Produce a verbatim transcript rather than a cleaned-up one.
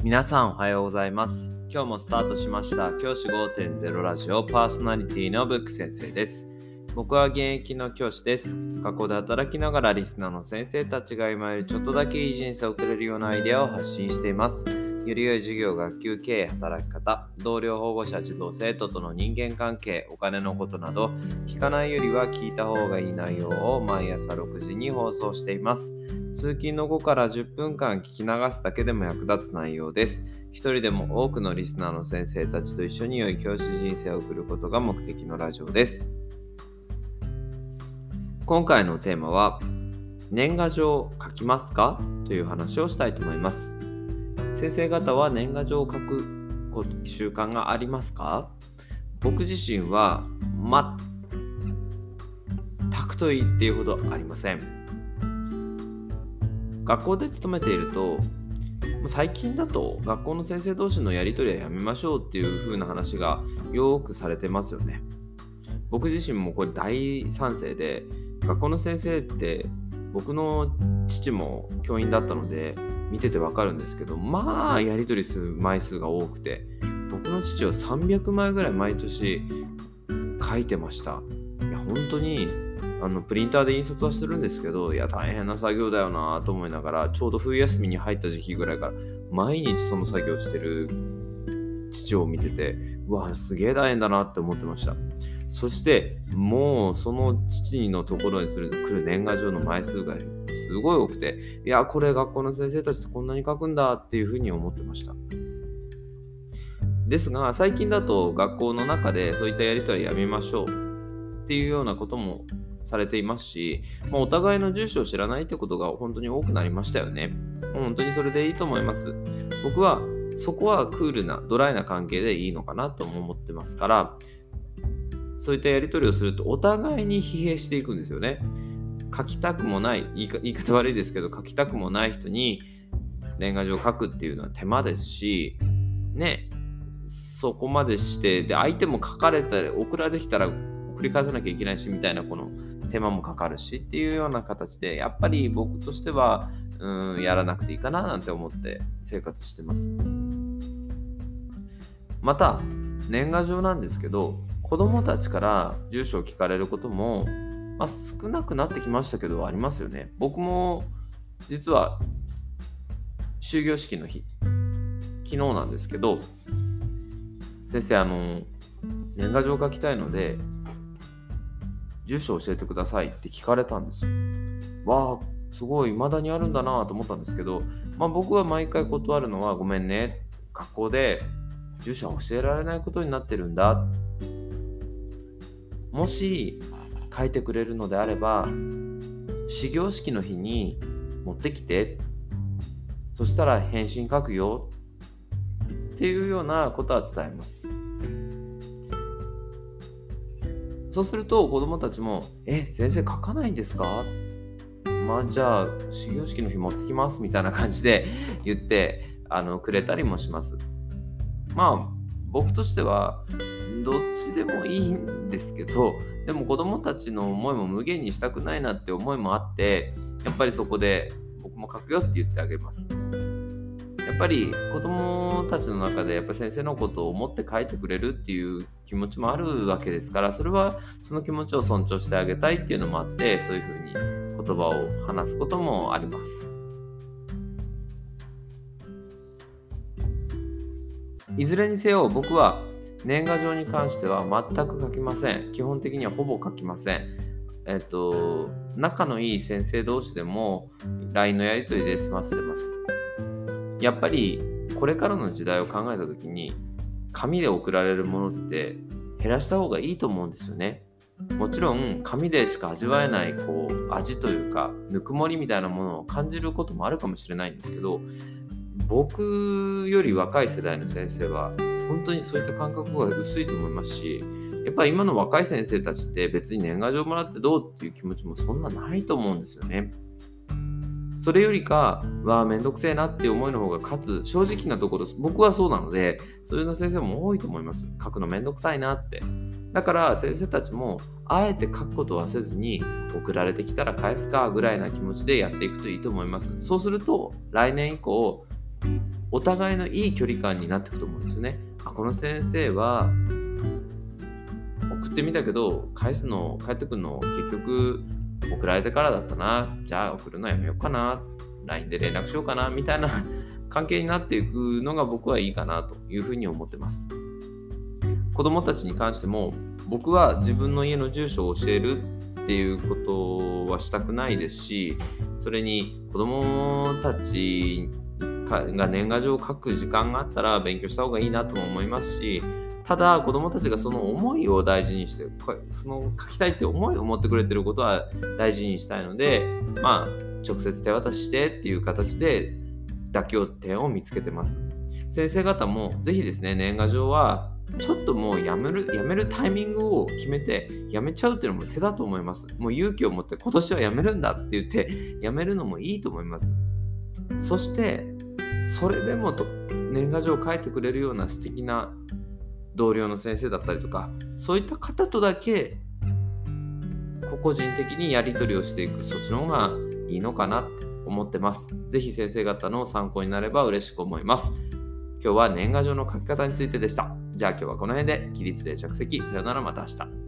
皆さんおはようございます。今日もスタートしました教師 ごてんゼロ ラジオパーソナリティのブック先生です。僕は現役の教師です。学校で働きながらリスナーの先生たちが今よりちょっとだけいい人生を送れるようなアイデアを発信しています。より良い授業、学級経営、働き方、同僚、保護者、児童、生徒との人間関係、お金のことなど、聞かないよりは聞いた方がいい内容を毎朝ろくじに放送しています。通勤の後からじゅっぷんかん聞き流すだけでも役立つ内容です。一人でも多くのリスナーの先生たちと一緒に良い教師人生を送ることが目的のラジオです。今回のテーマは、年賀状書きますかという話をしたいと思います。先生方は年賀状を書く習慣がありますか？僕自身は全くと言っていいほどありません。学校で勤めていると、最近だと学校の先生同士のやり取りはやめましょうっていう風な話がよくされてますよね。僕自身もこれ大賛成で、学校の先生って僕の父も教員だったので見ててわかるんですけど、まあやり取りする枚数が多くて、僕の父はさんびゃくまいぐらい毎年書いてました。いや本当にあのプリンターで印刷はしてるんですけど、いや大変な作業だよなと思いながら、ちょうど冬休みに入った時期ぐらいから毎日その作業してる父を見てて、うわすげえ大変だなって思ってました。そしてもうその父のところに来る年賀状の枚数がすごい多くて、いやこれ学校の先生たちってこんなに書くんだっていうふうに思ってました。ですが最近だと学校の中でそういったやり取りやめましょうっていうようなこともされていますし、まあ、お互いの住所を知らないってことが本当に多くなりましたよね。本当にそれでいいと思います。僕はそこはクールなドライな関係でいいのかなとも思ってますから、そういったやり取りをするとお互いに疲弊していくんですよね。書きたくもない、言いか、言い方悪いですけど、書きたくもない人に年賀状を書くっていうのは手間ですし、ね、そこまでして、で、相手も書かれたり、送られてきたら送り返さなきゃいけないし、みたいなこの手間もかかるしっていうような形で、やっぱり僕としては、うん、やらなくていいかななんて思って生活してます。また、年賀状なんですけど、子供たちから住所を聞かれることも、まあ、少なくなってきましたけどありますよね。僕も実は終業式の日、昨日なんですけど、先生あの年賀状書きたいので住所教えてくださいって聞かれたんですよ。わあすごい未だにあるんだなと思ったんですけど、まあ、僕は毎回断るのは、ごめんね、学校で住所は教えられないことになってるんだ、もし書いてくれるのであれば始業式の日に持ってきて、そしたら返信書くよっていうようなことは伝えます。そうすると子供たちも、え先生書かないんですか、まあじゃあ始業式の日持ってきますみたいな感じで言ってあのくれたりもします。まあ僕としてはどっちでもいいんですけど、でも子供たちの思いも無限にしたくないなって思いもあって、やっぱりそこで僕も書くよって言ってあげます。やっぱり子供たちの中でやっぱり先生のことを思って書いてくれるっていう気持ちもあるわけですから、それはその気持ちを尊重してあげたいっていうのもあって、そういうふうに言葉を話すこともあります。いずれにせよ僕は年賀状に関しては全く書きません。基本的にはほぼ書きません。えっと、仲のいい先生同士でも ライン のやり取りで済ませてます。やっぱりこれからの時代を考えたときに、紙で送られるものって減らした方がいいと思うんですよね。もちろん紙でしか味わえないこう味というかぬくもりみたいなものを感じることもあるかもしれないんですけど、僕より若い世代の先生は本当にそういった感覚が薄いと思いますし、やっぱり今の若い先生たちって別に年賀状もらってどうっていう気持ちもそんなないと思うんですよね。それよりかはめんどくせえなっていう思いの方が勝つ、正直なところ僕はそうなので、そういうような先生も多いと思います。書くのめんどくさいなって。だから先生たちもあえて書くことはせずに、送られてきたら返すかぐらいな気持ちでやっていくといいと思います。そうすると来年以降お互いのいい距離感になっていくと思うんですよね。あ、この先生は送ってみたけど返すの返ってくるの結局送られてからだったな、じゃあ送るのやめようかな、 ライン で連絡しようかなみたいな関係になっていくのが僕はいいかなというふうに思ってます。子供たちに関しても僕は自分の家の住所を教えるっていうことはしたくないですし、それに子供たちが年賀状を書く時間があったら勉強した方がいいなとも思いますし、ただ子供たちがその思いを大事にして、その書きたいって思いを持ってくれてることは大事にしたいので、まあ直接手渡ししてっていう形で妥協点を見つけてます。先生方もぜひですね、年賀状はちょっともうやめるやめるタイミングを決めてやめちゃうっていうのも手だと思います。もう勇気を持って今年はやめるんだって言ってやめるのもいいと思います。そしてそれでもと年賀状を書いてくれるような素敵な同僚の先生だったりとか、そういった方とだけ個人的にやり取りをしていく、そっちの方がいいのかなって思ってます。ぜひ先生方の参考になれば嬉しく思います。今日は年賀状の書き方についてでした。じゃあ今日はこの辺で。起立で着席。さよなら、また明日。